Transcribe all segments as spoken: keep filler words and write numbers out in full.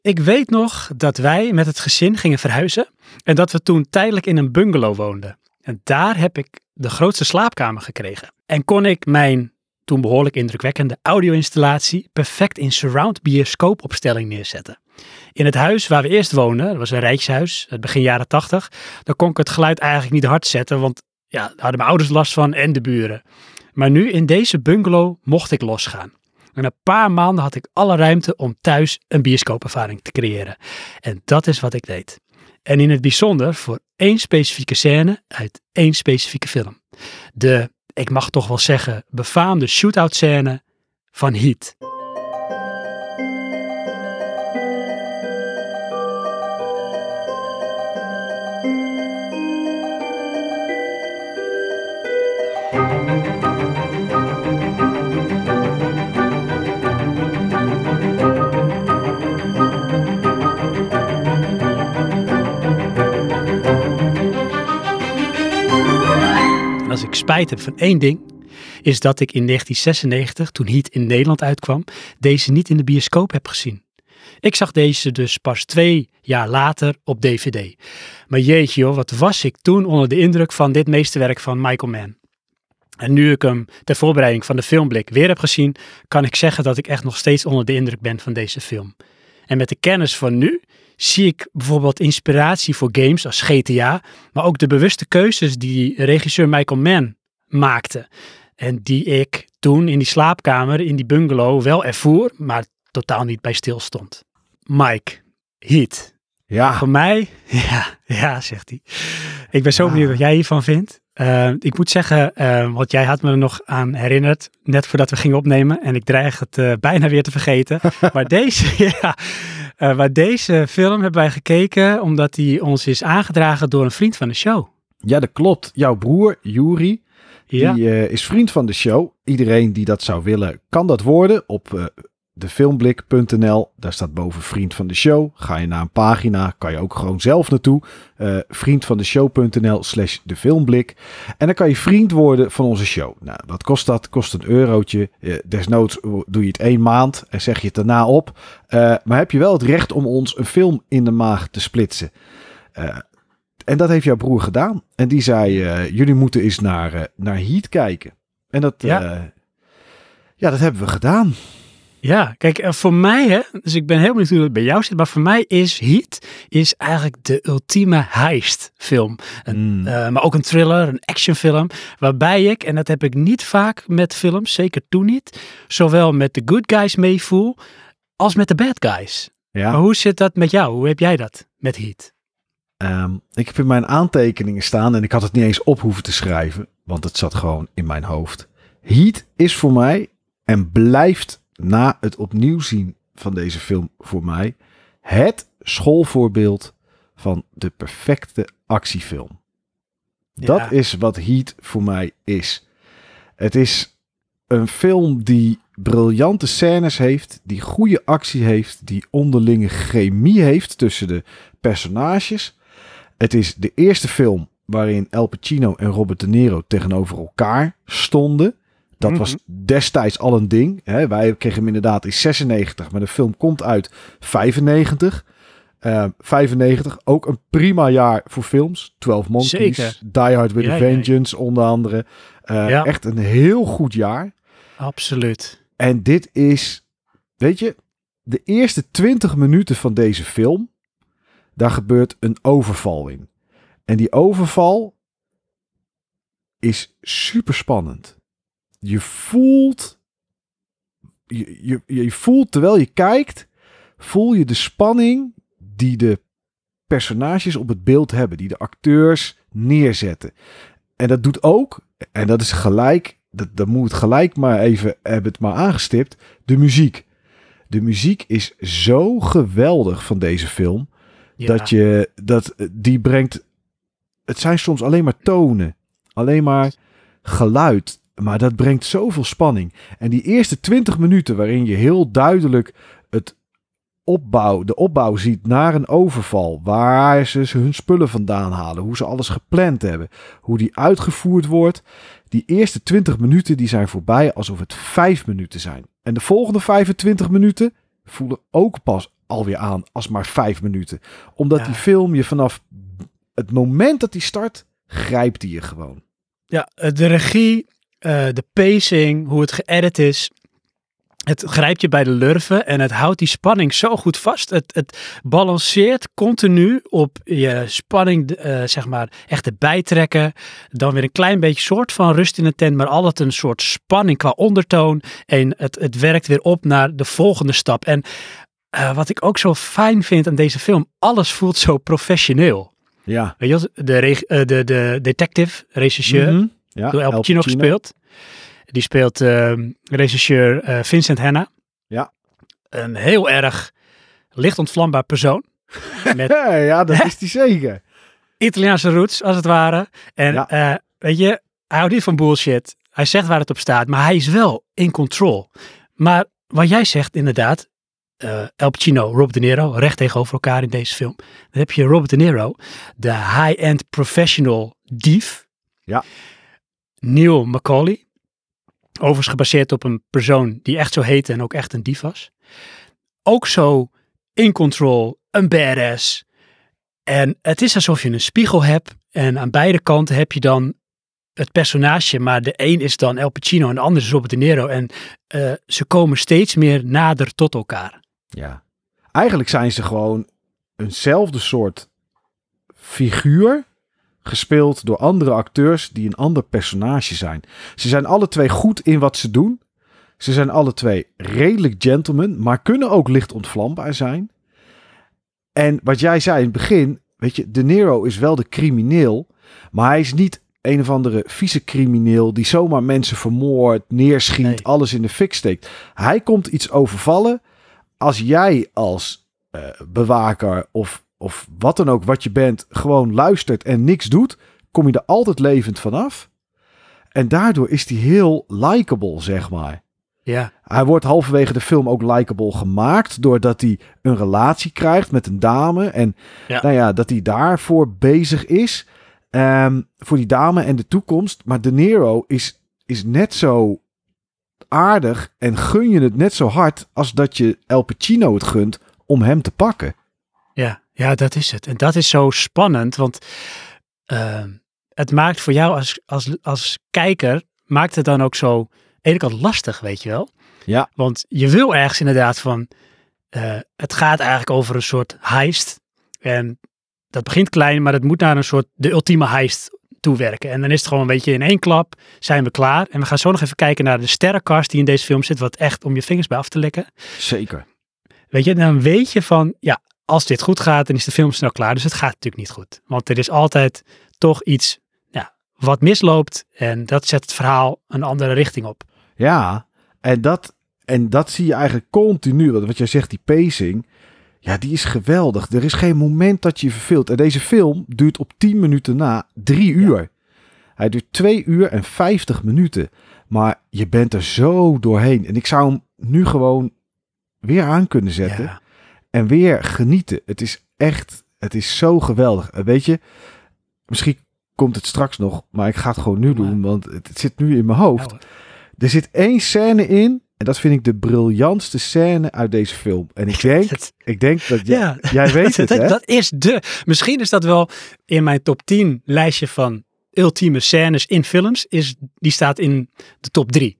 Ik weet nog dat wij met het gezin gingen verhuizen en dat we toen tijdelijk in een bungalow woonden. En daar heb ik de grootste slaapkamer gekregen. En kon ik mijn toen behoorlijk indrukwekkende audio-installatie perfect in surround bioscoopopstelling neerzetten. In het huis waar we eerst woonden, dat was een rijkshuis, het begin jaren tachtig, daar kon ik het geluid eigenlijk niet hard zetten, want ja, daar hadden mijn ouders last van en de buren. Maar nu in deze bungalow mocht ik losgaan. En een paar maanden had ik alle ruimte om thuis een bioscoopervaring te creëren. En dat is wat ik deed. En in het bijzonder voor één specifieke scène uit één specifieke film. De, ik mag toch wel zeggen, befaamde shootout scène van Heat. Als ik spijt heb van één ding, is dat ik in negentien zesennegentig, toen Heat in Nederland uitkwam, deze niet in de bioscoop heb gezien. Ik zag deze dus pas twee jaar later op D V D. Maar jeetje joh, wat was ik toen onder de indruk van dit meesterwerk van Michael Mann. En nu ik hem ter voorbereiding van de Filmblik weer heb gezien, kan ik zeggen dat ik echt nog steeds onder de indruk ben van deze film. En met de kennis van nu zie ik bijvoorbeeld inspiratie voor games als G T A, maar ook de bewuste keuzes die regisseur Michael Mann maakte. En die ik toen in die slaapkamer, in die bungalow wel ervoer, maar totaal niet bij stil stond. Mike, Heat. Ja. Voor mij, ja, ja, zegt hij. Ik ben zo benieuwd wat jij hiervan vindt. Uh, ik moet zeggen, uh, want jij had me er nog aan herinnerd, net voordat we gingen opnemen. En ik dreig het uh, bijna weer te vergeten. maar, deze, ja, uh, maar deze film hebben wij gekeken omdat hij ons is aangedragen door een vriend van de show. Ja, dat klopt. Jouw broer, Juri, ja. die uh, is vriend van de show. Iedereen die dat zou willen, kan dat worden op uh, de filmblik punt n l. Daar staat boven vriend van de show. Ga je naar een pagina, kan je ook gewoon zelf naartoe. Uh, vriendvandeshow punt n l slash de filmblik. En dan kan je vriend worden van onze show. Nou, wat kost dat? Kost een eurotje. Uh, desnoods doe je het één maand en zeg je het daarna op. Uh, maar heb je wel het recht om ons een film in de maag te splitsen. Uh, en dat heeft jouw broer gedaan. En die zei, uh, jullie moeten eens naar, uh, naar Heat kijken. En dat, ja. Uh, ja, dat hebben we gedaan. Ja, kijk, voor mij, hè, dus ik ben heel benieuwd hoe het bij jou zit, maar voor mij is Heat is eigenlijk de ultieme heistfilm. Een, mm. uh, maar ook een thriller, een actionfilm, waarbij ik, en dat heb ik niet vaak met films, zeker toen niet, zowel met de good guys meevoel, als met de bad guys. Ja. Maar hoe zit dat met jou? Hoe heb jij dat met Heat? Um, ik heb in mijn aantekeningen staan, en ik had het niet eens op hoeven te schrijven, want het zat gewoon in mijn hoofd. Heat is voor mij, en blijft na het opnieuw zien van deze film voor mij, het schoolvoorbeeld van de perfecte actiefilm. Ja. Dat is wat Heat voor mij is. Het is een film die briljante scènes heeft, die goede actie heeft, die onderlinge chemie heeft tussen de personages. Het is de eerste film waarin Al Pacino en Robert De Niro tegenover elkaar stonden. Dat was destijds al een ding. Hè. Wij kregen hem inderdaad in zesennegentig, maar de film komt uit vijfennegentig. Uh, vijfennegentig, ook een prima jaar voor films. twaalf Monkeys, Zeker. Die Hard with ja, a Vengeance, ja, ja. onder andere. Uh, ja. Echt een heel goed jaar. Absoluut. En dit is, weet je, de eerste twintig minuten van deze film, daar gebeurt een overval in. En die overval is super spannend. Je voelt, je, je, je voelt terwijl je kijkt, voel je de spanning die de personages op het beeld hebben, die de acteurs neerzetten. En dat doet ook, en dat is gelijk, dat, dat moet het gelijk maar even, hebben het maar aangestipt, de muziek. De muziek is zo geweldig van deze film, ja. dat je, dat, die brengt, het zijn soms alleen maar tonen, alleen maar geluid. Maar dat brengt zoveel spanning. En die eerste twintig minuten waarin je heel duidelijk het opbouw, de opbouw ziet naar een overval. Waar ze hun spullen vandaan halen. Hoe ze alles gepland hebben. Hoe die uitgevoerd wordt. Die eerste twintig minuten die zijn voorbij alsof het vijf minuten zijn. En de volgende vijfentwintig minuten voelen ook pas alweer aan als maar vijf minuten. Omdat Ja. die film je vanaf het moment dat die start, grijpt die je gewoon. Ja, de regie, uh, de pacing, hoe het geëdit is. Het grijpt je bij de lurven en het houdt die spanning zo goed vast. Het, het balanceert continu op je spanning, uh, zeg maar, echt erbij trekken. Dan weer een klein beetje soort van rust in de tent, maar altijd een soort spanning qua ondertoon. En het, het werkt weer op naar de volgende stap. En uh, wat ik ook zo fijn vind aan deze film, alles voelt zo professioneel. Ja. Weet je wel, de, reg- uh, de, de detective, regisseur, Mm-hmm. Ja, door Al Pacino, Al Pacino gespeeld. Die speelt uh, regisseur uh, Vincent Hanna. Ja. Een heel erg licht ontvlambaar persoon. Met ja, ja, dat is die zeker. Italiaanse roots, als het ware. En Ja. uh, weet je, hij houdt niet van bullshit. Hij zegt waar het op staat, maar hij is wel in control. Maar wat jij zegt inderdaad, uh, Al Pacino, Robert De Niro, recht tegenover elkaar in deze film. Dan heb je Robert De Niro, de high-end professional dief. Ja. Neil McCauley. Overigens gebaseerd op een persoon die echt zo heette en ook echt een dief was. Ook zo in control, een badass. En het is alsof je een spiegel hebt en aan beide kanten heb je dan het personage, maar de een is dan Al Pacino en de ander is Robert De Niro. En uh, ze komen steeds meer nader tot elkaar. Ja. Eigenlijk zijn ze gewoon eenzelfde soort figuur, gespeeld door andere acteurs die een ander personage zijn. Ze zijn alle twee goed in wat ze doen. Ze zijn alle twee redelijk gentlemen, maar kunnen ook licht ontvlambaar zijn. En wat jij zei in het begin, weet je, De Niro is wel de crimineel, maar hij is niet een of andere vieze crimineel die zomaar mensen vermoordt, neerschiet, nee. alles in de fik steekt. Hij komt iets overvallen. Als jij als uh, bewaker of of wat dan ook wat je bent, gewoon luistert en niks doet, kom je er altijd levend vanaf. En daardoor is hij heel likable, zeg maar. Ja. Hij wordt halverwege de film ook likable gemaakt, doordat hij een relatie krijgt met een dame. En ja. nou ja, dat hij daarvoor bezig is. Um, voor die dame en de toekomst. Maar De Niro is, is net zo aardig en gun je het net zo hard als dat je Al Pacino het gunt om hem te pakken. Ja, ja, dat is het. En dat is zo spannend, want uh, het maakt voor jou als, als, als kijker, maakt het dan ook zo aan de ene kant lastig, weet je wel? Ja. Want je wil ergens inderdaad van, uh, het gaat eigenlijk over een soort heist. En dat begint klein, maar het moet naar een soort, de ultieme heist toewerken. En dan is het gewoon, weet je, in één klap zijn we klaar. En we gaan zo nog even kijken naar de sterrencast die in deze film zit, wat echt om je vingers bij af te likken. Zeker. Weet je, dan weet je van, ja, als dit goed gaat, dan is de film snel klaar. Dus het gaat natuurlijk niet goed. Want er is altijd toch iets ja, wat misloopt. En dat zet het verhaal een andere richting op. Ja, en dat, en dat zie je eigenlijk continu. Want wat jij zegt, die pacing, ja, die is geweldig. Er is geen moment dat je je verveelt. En deze film duurt op tien minuten na drie uur. Ja. Hij duurt twee uur en vijftig minuten. Maar je bent er zo doorheen. En ik zou hem nu gewoon weer aan kunnen zetten. Ja. En weer genieten. Het is echt, het is zo geweldig. Weet je, misschien komt het straks nog, maar ik ga het gewoon nu doen, want het, het zit nu in mijn hoofd. Er zit één scène in, en dat vind ik de briljantste scène uit deze film. En ik denk, ik denk dat jij, ja, jij weet het, dat, hè? Dat is de, misschien is dat wel in mijn top tien lijstje van ultieme scènes in films, is, die staat in de top drie.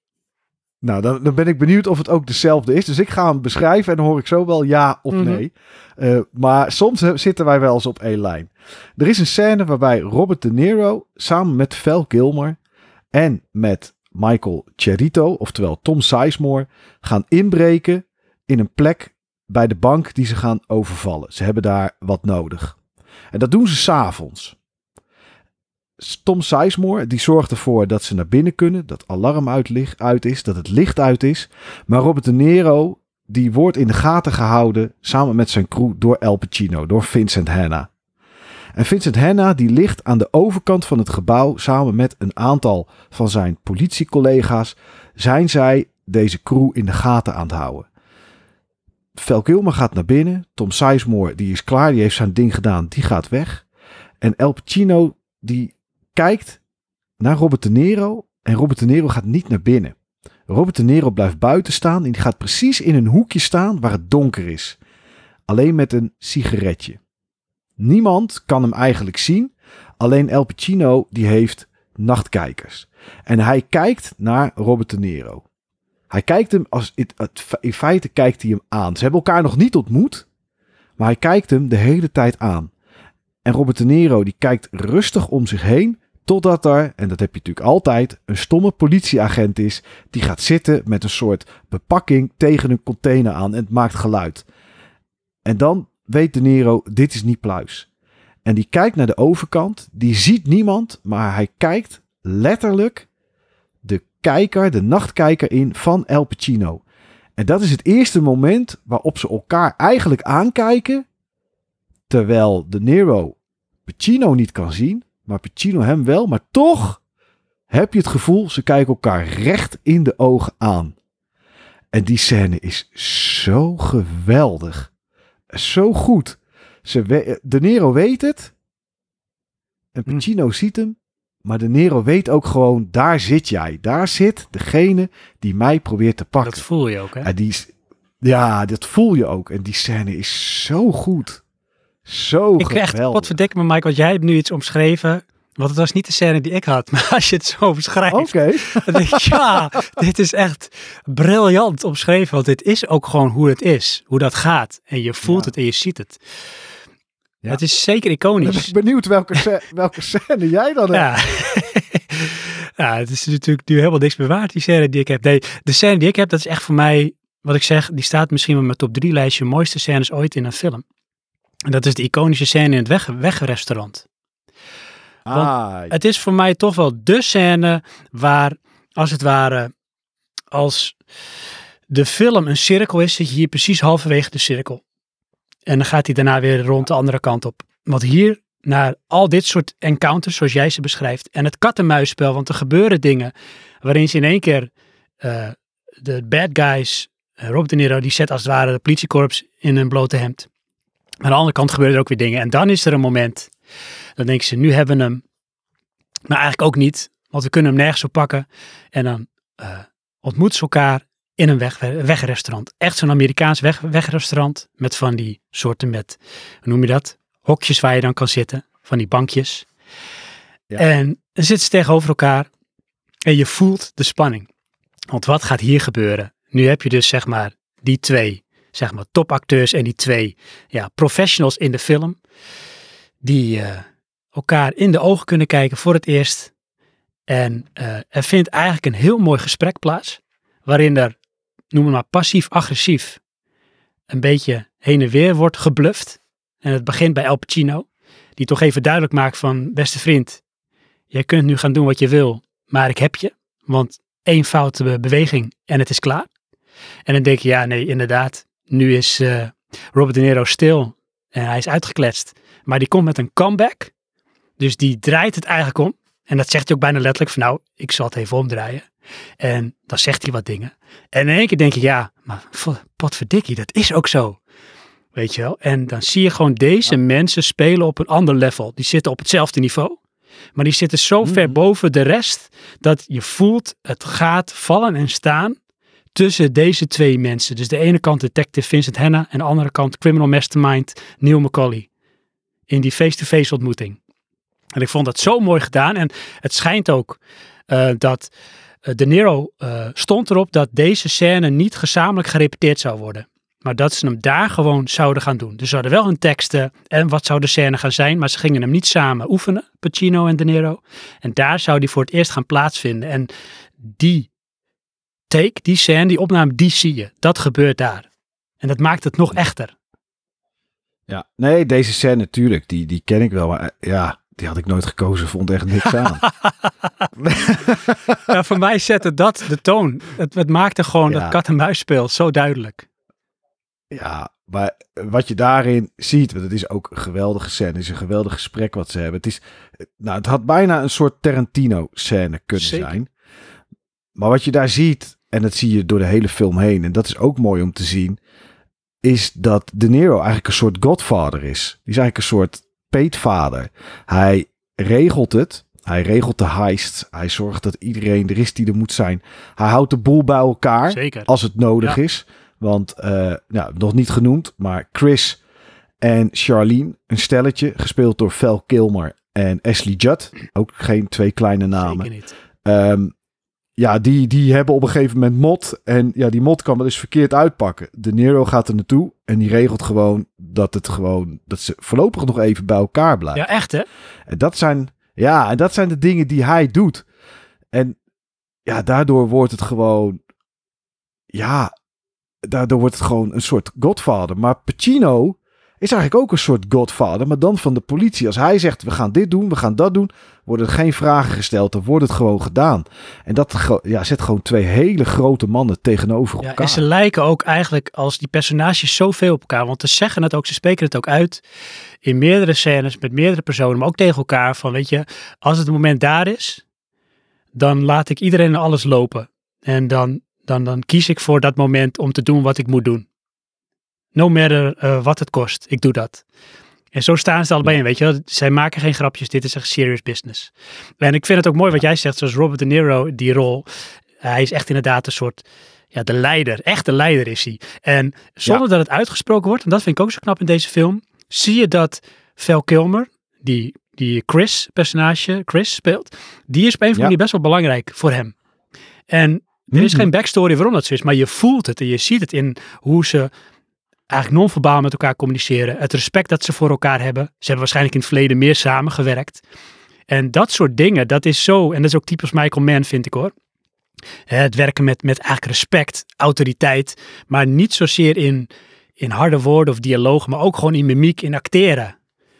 Nou, dan, dan ben ik benieuwd of het ook dezelfde is. Dus ik ga hem beschrijven en dan hoor ik zo wel ja of mm-hmm. nee. Uh, maar soms he, zitten wij wel eens op één lijn. Er is een scène waarbij Robert De Niro samen met Val Kilmer en met Michael Cerrito, oftewel Tom Sizemore, gaan inbreken in een plek bij de bank die ze gaan overvallen. Ze hebben daar wat nodig. En dat doen ze 's avonds. Tom Sizemore, die zorgt ervoor dat ze naar binnen kunnen, dat alarm uit, uit is, dat het licht uit is. Maar Robert De Niro, die wordt in de gaten gehouden samen met zijn crew door Al Pacino, door Vincent Hanna. En Vincent Hanna, die ligt aan de overkant van het gebouw samen met een aantal van zijn politiecollega's, zijn zij deze crew in de gaten aan het houden. Val Kilmer gaat naar binnen, Tom Sizemore, die is klaar, die heeft zijn ding gedaan, die gaat weg. En Al Pacino, die kijkt naar Robert De Niro en Robert De Niro gaat niet naar binnen. Robert De Niro blijft buiten staan en die gaat precies in een hoekje staan waar het donker is. alleen met een sigaretje. Niemand kan hem eigenlijk zien. Alleen Al Pacino die heeft nachtkijkers. En hij kijkt naar Robert De Niro. Hij kijkt hem als in feite kijkt hij hem aan. Ze hebben elkaar nog niet ontmoet, maar hij kijkt hem de hele tijd aan. En Robert De Niro die kijkt rustig om zich heen, totdat er, en dat heb je natuurlijk altijd, een stomme politieagent is die gaat zitten met een soort bepakking tegen een container aan en het maakt geluid. En dan weet De Niro, dit is niet pluis. En die kijkt naar de overkant, die ziet niemand, maar hij kijkt letterlijk de kijker, de nachtkijker in van Al Pacino. En dat is het eerste moment waarop ze elkaar eigenlijk aankijken, terwijl De Niro Pacino niet kan zien, maar Pacino hem wel. Maar toch heb je het gevoel, ze kijken elkaar recht in de ogen aan. En die scène is zo geweldig. Zo goed. Ze we- De Niro weet het. En Pacino hm. ziet hem. Maar De Niro weet ook gewoon, daar zit jij. Daar zit degene die mij probeert te pakken. Dat voel je ook, hè? En die is, ja, dat voel je ook. En die scène is zo goed. Zo ik geweldig. Echt, wat verdikke me, Mike, want jij hebt nu iets omschreven. Want het was niet de scène die ik had. Maar als je het zo beschrijft, okay. dan denk ik, ja, dit is echt briljant omschreven. Want dit is ook gewoon hoe het is. Hoe dat gaat. En je voelt ja. het en je ziet het. Ja. Het is zeker iconisch. Ik ben benieuwd welke, sc- welke scène jij dan hebt. Ja. ja, het is natuurlijk nu helemaal niks meer waard, die scène die ik heb. Nee, de scène die ik heb, dat is echt voor mij, wat ik zeg, die staat misschien wel in mijn top drie lijstje mooiste scènes ooit in een film. En dat is de iconische scène in het weg, wegrestaurant. Ah. Het is voor mij toch wel de scène waar, als het ware, als de film een cirkel is, zit je hier precies halverwege de cirkel. En dan gaat hij daarna weer rond de andere kant op. Want hier, naar al dit soort encounters, zoals jij ze beschrijft, en het kat-en-muisspel, want er gebeuren dingen waarin ze in één keer uh, de bad guys, uh, Robert De Niro, die zet als het ware de politiekorps in een blote hemd. Maar aan de andere kant gebeuren er ook weer dingen. En dan is er een moment, dan denken ze, nu hebben we hem. Maar eigenlijk ook niet, want we kunnen hem nergens op pakken. En dan uh, ontmoeten ze elkaar in een weg, wegrestaurant. Echt zo'n Amerikaans weg, wegrestaurant. Met van die soorten met, hoe noem je dat? Hokjes waar je dan kan zitten. Van die bankjes. Ja. En dan zitten ze tegenover elkaar. En je voelt de spanning. Want wat gaat hier gebeuren? Nu heb je dus zeg maar die twee, zeg maar topacteurs en die twee ja, professionals in de film. Die uh, elkaar in de ogen kunnen kijken voor het eerst. En uh, er vindt eigenlijk een heel mooi gesprek plaats. Waarin er, noem het maar passief-agressief, een beetje heen en weer wordt gebluft. En het begint bij Al Pacino. Die toch even duidelijk maakt van, beste vriend, jij kunt nu gaan doen wat je wil, maar ik heb je. Want één foute beweging en het is klaar. En dan denk je, ja nee, inderdaad. Nu is uh, Robert De Niro stil en hij is uitgekletst. Maar die komt met een comeback. Dus die draait het eigenlijk om. En dat zegt hij ook bijna letterlijk van, nou, ik zal het even omdraaien. En dan zegt hij wat dingen. En in één keer denk je, ja, maar potverdikkie, dat is ook zo. Weet je wel? En dan zie je gewoon deze ja. mensen spelen op een ander level. Die zitten op hetzelfde niveau. Maar die zitten zo mm-hmm. ver boven de rest, dat je voelt, het gaat vallen en staan tussen deze twee mensen. Dus de ene kant detective Vincent Hanna en de andere kant criminal mastermind Neil McCauley. In die face-to-face ontmoeting. En ik vond dat zo mooi gedaan. En het schijnt ook uh, dat uh, De Niro uh, stond erop dat deze scène niet gezamenlijk gerepeteerd zou worden. Maar dat ze hem daar gewoon zouden gaan doen. Dus ze hadden wel hun teksten en wat zou de scène gaan zijn. Maar ze gingen hem niet samen oefenen, Pacino en De Niro. En daar zou die voor het eerst gaan plaatsvinden. En die take, die scène, die opname, die zie je. Dat gebeurt daar. En dat maakt het nog echter. Ja, nee, deze scène natuurlijk, die, die ken ik wel. Maar ja, die had ik nooit gekozen, vond echt niks aan. Ja, voor mij zette dat de toon. Het, het maakte gewoon ja. dat kat-en-muisspel zo duidelijk. Ja, maar wat je daarin ziet, want het is ook een geweldige scène, het is een geweldig gesprek wat ze hebben. Het is, nou, het had bijna een soort Tarantino-scène kunnen Zeker. zijn. Maar wat je daar ziet, en dat zie je door de hele film heen, en dat is ook mooi om te zien, is dat De Niro eigenlijk een soort godfather is. Die is eigenlijk een soort peetvader. Hij regelt het. Hij regelt de heist. Hij zorgt dat iedereen er is die er moet zijn. Hij houdt de boel bij elkaar. Zeker. Als het nodig ja. is. Want, uh, nou, nog niet genoemd, maar Chris en Charlene, een stelletje, gespeeld door Val Kilmer en Ashley Judd. Ook geen twee kleine namen. Zeker niet. Um, ja, die, die hebben op een gegeven moment mot. En ja, die mot kan wel eens verkeerd uitpakken. De Niro gaat er naartoe en die regelt gewoon dat het gewoon, dat ze voorlopig nog even bij elkaar blijven. Ja, echt hè? En dat zijn, ja, en dat zijn de dingen die hij doet. En ja, daardoor wordt het gewoon, ja, daardoor wordt het gewoon een soort Godfather. Maar Pacino is eigenlijk ook een soort Godfather, maar dan van de politie. Als hij zegt, we gaan dit doen, we gaan dat doen, worden er geen vragen gesteld, dan wordt het gewoon gedaan. En dat ja, zet gewoon twee hele grote mannen tegenover Ja, elkaar. en ze lijken ook eigenlijk als die personages zoveel op elkaar, want ze zeggen het ook, ze spreken het ook uit in meerdere scènes, met meerdere personen, maar ook tegen elkaar van, weet je, als het moment daar is, dan laat ik iedereen alles lopen. En dan, dan, dan kies ik voor dat moment om te doen wat ik moet doen. No matter uh, wat het kost, ik doe dat. En zo staan ze allebei in, weet je wel. Zij maken geen grapjes, dit is echt serious business. En ik vind het ook mooi wat jij zegt, zoals Robert De Niro, die rol. Hij is echt inderdaad een soort, ja, de leider. Echt de leider is hij. En zonder ja. dat het uitgesproken wordt, en dat vind ik ook zo knap in deze film, zie je dat Val Kilmer, die, die Chris personage, Chris speelt, die is op een of andere manier best wel belangrijk voor hem. En er is mm-hmm. geen backstory waarom dat zo is, maar je voelt het en je ziet het in hoe ze eigenlijk non-verbaal met elkaar communiceren. Het respect dat ze voor elkaar hebben. Ze hebben waarschijnlijk in het verleden meer samengewerkt. En dat soort dingen, dat is zo, en dat is ook typisch Michael Mann, vind ik hoor. Het werken met, met eigenlijk respect, autoriteit, maar niet zozeer in, in harde woorden of dialoog, maar ook gewoon in mimiek, in acteren.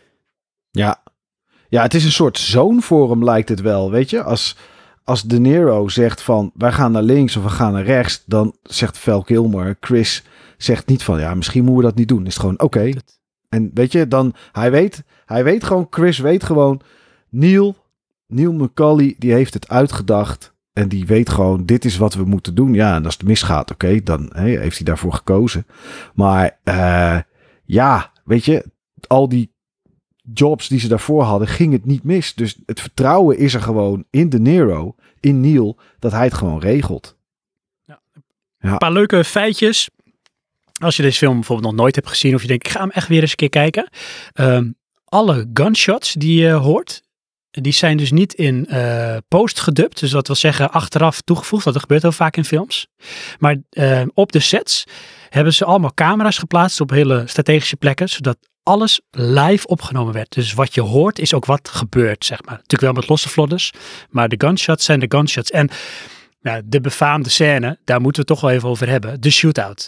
Ja, ja, het is een soort zoon voor hem, lijkt het wel, weet je. Als, als De Niro zegt van, wij gaan naar links of we gaan naar rechts, dan zegt Val Kilmer, Chris zegt niet van, ja, misschien moeten we dat niet doen. Is het gewoon, oké. Okay. En weet je, dan, hij weet, hij weet gewoon, Chris weet gewoon, Neil, Neil McCauley, die heeft het uitgedacht en die weet gewoon, dit is wat we moeten doen. Ja, en als het misgaat, oké, okay, dan hey, heeft hij daarvoor gekozen. Maar uh, ja, weet je, al die jobs die ze daarvoor hadden, ging het niet mis. Dus het vertrouwen is er gewoon in De Niro, in Neil, dat hij het gewoon regelt. Ja. Ja. Een paar leuke feitjes. Als je deze film bijvoorbeeld nog nooit hebt gezien, of je denkt, ik ga hem echt weer eens een keer kijken. Um, alle gunshots die je hoort, die zijn dus niet in uh, post gedubt. Dus dat wil zeggen achteraf toegevoegd, dat gebeurt heel vaak in films. Maar uh, op de sets hebben ze allemaal camera's geplaatst op hele strategische plekken, zodat alles live opgenomen werd. Dus wat je hoort is ook wat gebeurt, zeg maar. Natuurlijk wel met losse vlodders, maar de gunshots zijn de gunshots. En nou, de befaamde scène, daar moeten we het toch wel even over hebben. De shootout.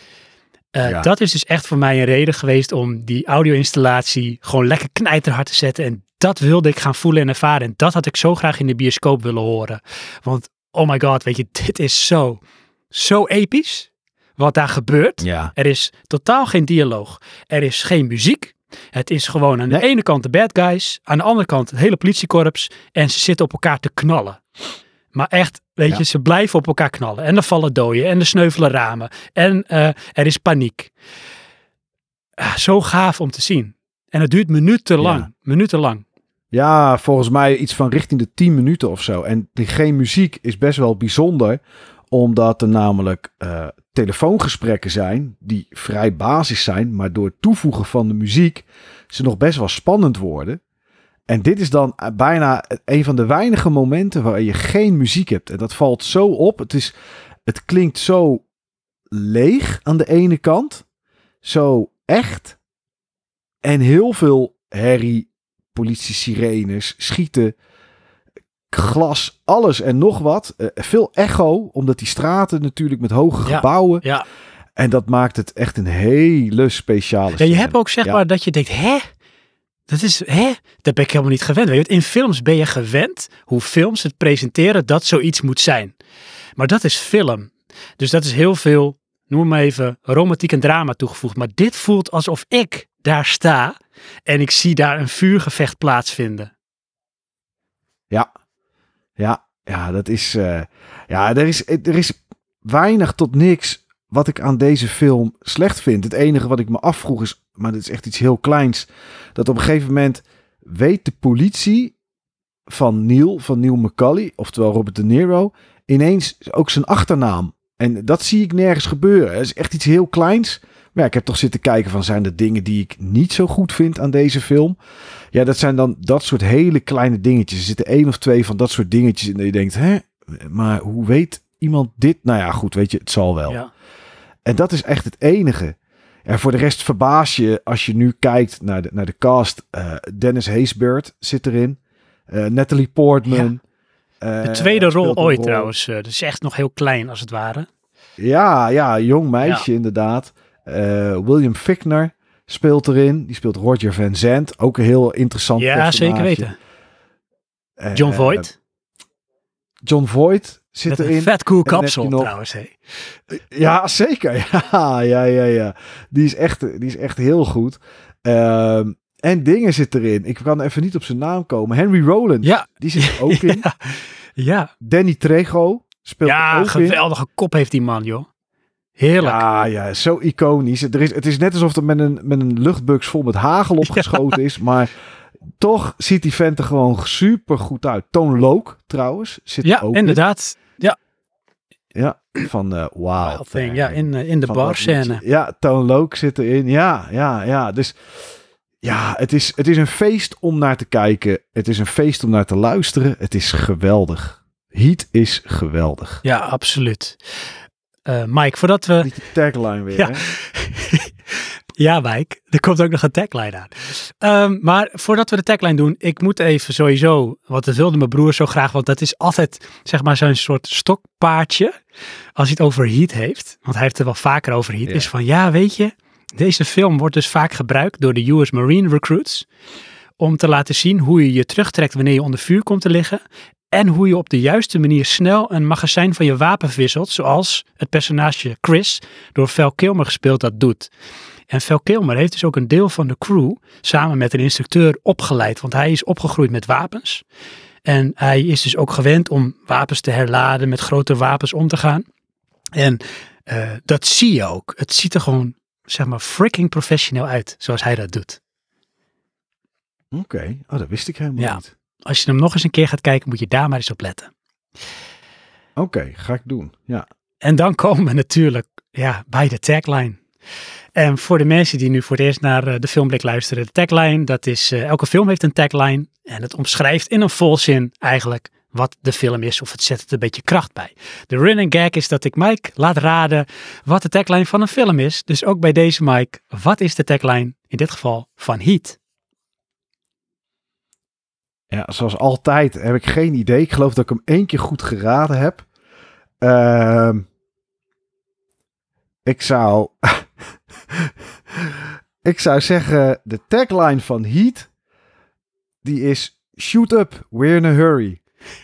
Uh, ja. Dat is dus echt voor mij een reden geweest om die audio-installatie gewoon lekker knijterhard te zetten. En dat wilde ik gaan voelen en ervaren. En dat had ik zo graag in de bioscoop willen horen. Want, oh my god, weet je, dit is zo, zo episch. Wat daar gebeurt. Ja. Er is totaal geen dialoog. Er is geen muziek. Het is gewoon aan de nee. ene kant de bad guys. Aan de andere kant het hele politiekorps. En ze zitten op elkaar te knallen. Maar echt, weet ja. je, ze blijven op elkaar knallen. En er vallen doden. En er sneuvelen ramen. En uh, er is paniek. Uh, zo gaaf om te zien. En het duurt minutenlang. Ja. Minutenlang. Ja, volgens mij iets van richting de tien minuten of zo. En die geen muziek is best wel bijzonder. Omdat er namelijk uh, telefoongesprekken zijn die vrij basis zijn. Maar door het toevoegen van de muziek ze nog best wel spannend worden. En dit is dan bijna een van de weinige momenten waar je geen muziek hebt. En dat valt zo op. Het, is, het klinkt zo leeg aan de ene kant. Zo echt. En heel veel herrie, politie-sirenes, schieten, glas, alles en nog wat. Uh, veel echo, omdat die straten natuurlijk met hoge ja, gebouwen. Ja. En dat maakt het echt een hele speciale ja, je hebt ook zeg ja. maar dat je denkt, hè? Dat is, hè? Dat ben ik helemaal niet gewend. Weet je, in films ben je gewend hoe films het presenteren dat zoiets moet zijn. Maar dat is film. Dus dat is heel veel, noem maar even, romantiek en drama toegevoegd. Maar dit voelt alsof ik daar sta en ik zie daar een vuurgevecht plaatsvinden. Ja, ja, ja, dat is, uh, ja, er is, er is weinig tot niks wat ik aan deze film slecht vind. Het enige wat ik me afvroeg is, maar dit is echt iets heel kleins, dat op een gegeven moment weet de politie van Neil, van Neil McCauley, oftewel Robert De Niro, ineens ook zijn achternaam. En dat zie ik nergens gebeuren. Het is echt iets heel kleins. Maar ja, ik heb toch zitten kijken van zijn er dingen die ik niet zo goed vind aan deze film. Ja, dat zijn dan dat soort hele kleine dingetjes. Er zitten één of twee van dat soort dingetjes in. En je denkt, hè, maar hoe weet iemand dit? Nou ja, goed, weet je, het zal wel. Ja. En dat is echt het enige. En voor de rest verbaas je als je nu kijkt naar de, naar de cast. Uh, Dennis Haysbert zit erin. Uh, Natalie Portman. Ja. De Uh, tweede rol ooit rol. trouwens. Uh, dus echt nog heel klein als het ware. Ja, ja, jong meisje ja. inderdaad. Uh, William Fichtner speelt erin. Die speelt Roger Van Zandt. Ook een heel interessant ja, personage. Ja, zeker weten. John uh, Voight. John Voight zit Met erin. Een vet cool kapsel nog... trouwens. Hey. Ja, zeker. Ja, ja, ja, ja. Die is echt, die is echt heel goed. Uh, en dingen zit erin. Ik kan even niet op zijn naam komen. Henry Rollins. Ja. Die zit er ook in. Ja. ja. Danny Trejo speelt ja, er ook in. Ja, geweldige kop heeft die man, joh. Heerlijk. Ja, ja, zo iconisch. Er is, het is net alsof er met een, met een luchtbuks vol met hagel opgeschoten ja. is. Maar toch ziet die vent er gewoon super goed uit. Tone Loc trouwens zit ja, er ook inderdaad. in. Ja, Ja, van uh, Wild, Wild Thing. Ja, in, uh, in de barscène. Ja, Tone Loc zit erin. Ja, ja, ja. Dus ja, het is, het is een feest om naar te kijken. Het is een feest om naar te luisteren. Het is geweldig. Heat is geweldig. Ja, absoluut. Uh, Mike, voordat we... Die tagline weer, ja. hè? Ja, Mike. Er komt ook nog een tagline aan. Um, maar voordat we de tagline doen, ik moet even sowieso, want dat wilde mijn broer zo graag, want dat is altijd, zeg maar, zo'n soort stokpaardje als hij het over Heat heeft. Want hij heeft er wel vaker over Heat. Ja. Is van, ja, weet je, deze film wordt dus vaak gebruikt door de U S Marine recruits om te laten zien hoe je je terugtrekt wanneer je onder vuur komt te liggen. En hoe je op de juiste manier snel een magazijn van je wapen wisselt, zoals het personage Chris, door Val Kilmer gespeeld, dat doet. En Val Kilmer heeft dus ook een deel van de crew samen met een instructeur opgeleid, want hij is opgegroeid met wapens. En hij is dus ook gewend om wapens te herladen, met grote wapens om te gaan. En uh, dat zie je ook. Het ziet er gewoon, zeg maar, freaking professioneel uit, zoals hij dat doet. Oké, okay. Oh, dat wist ik helemaal ja. niet. Als je hem nog eens een keer gaat kijken, moet je daar maar eens op letten. Oké, okay, ga ik doen, ja. En dan komen we natuurlijk ja, bij de tagline. En voor de mensen die nu voor het eerst naar de Filmblik luisteren, de tagline, dat is, uh, elke film heeft een tagline. En het omschrijft in een volzin eigenlijk wat de film is, of het zet het een beetje kracht bij. De running gag is dat ik Mike laat raden wat de tagline van een film is. Dus ook bij deze Mike, wat is de tagline, in dit geval van Heat? Ja, zoals altijd heb ik geen idee. Ik geloof dat ik hem één keer goed geraden heb. Uh, ik zou... ik zou zeggen, de tagline van Heat, die is shoot up, we're in a hurry.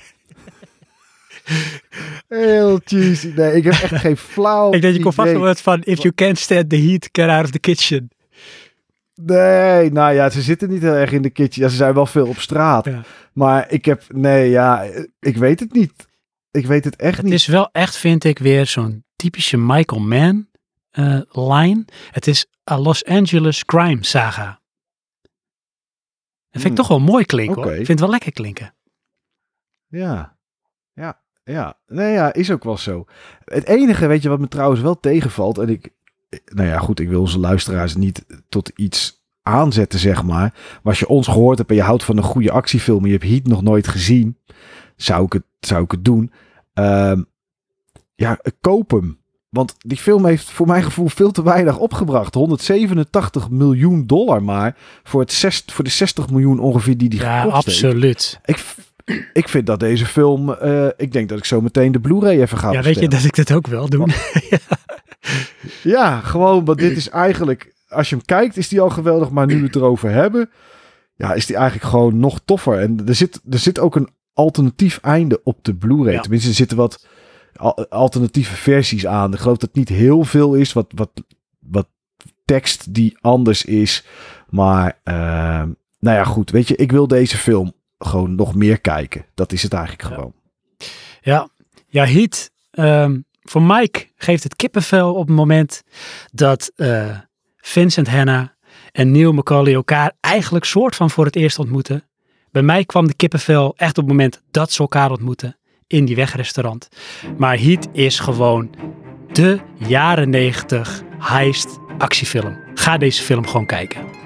Heel cheesy. Nee, ik heb echt geen flauw Ik denk je kon vast idee. wat van if you can't stand the heat, get out of the kitchen. Nee, nou ja, ze zitten niet heel erg in de kitchen. Ja, ze zijn wel veel op straat. Ja. Maar ik heb, nee, ja, ik weet het niet. Ik weet het echt het niet. Het is wel echt, vind ik, weer zo'n typische Michael Mann uh, line. Het is a Los Angeles crime saga. Dat vind hmm. ik toch wel mooi klinken, okay. hoor. Ik vind het wel lekker klinken. Ja, ja, ja. Nee, ja, is ook wel zo. Het enige, weet je, wat me trouwens wel tegenvalt, en ik, nou ja, goed, ik wil onze luisteraars niet tot iets aanzetten, zeg maar. Maar als je ons gehoord hebt en je houdt van een goede actiefilm en je hebt Heat nog nooit gezien, zou ik het, zou ik het doen. Uh, ja, koop hem. Want die film heeft voor mijn gevoel veel te weinig opgebracht. honderdzevenentachtig miljoen dollar maar voor, het zes, voor de zestig miljoen ongeveer die die ja, gekost absoluut. heeft. Ik, ik vind dat deze film, uh, ik denk dat ik zo meteen de Blu-ray even ga ja, bestellen. weet je dat ik dat ook wel doe? ja. ja, gewoon, want dit is eigenlijk, als je hem kijkt, is die al geweldig. Maar nu we het erover hebben, ja, is die eigenlijk gewoon nog toffer. En er zit, er zit ook een alternatief einde op de Blu-ray. Ja. Tenminste, er zitten wat alternatieve versies aan. Ik geloof dat het niet heel veel is, wat, wat, wat tekst die anders is. Maar, uh, nou ja, goed. Weet je, ik wil deze film gewoon nog meer kijken. Dat is het eigenlijk ja. gewoon. Ja, ja, Heat. Um, voor Mike geeft het kippenvel op het moment dat uh, Vincent Hanna en Neil McCauley elkaar eigenlijk soort van voor het eerst ontmoeten. Bij mij kwam de kippenvel echt op het moment dat ze elkaar ontmoeten in die wegrestaurant. Maar Heat is gewoon de jaren negentig heist actiefilm. Ga deze film gewoon kijken.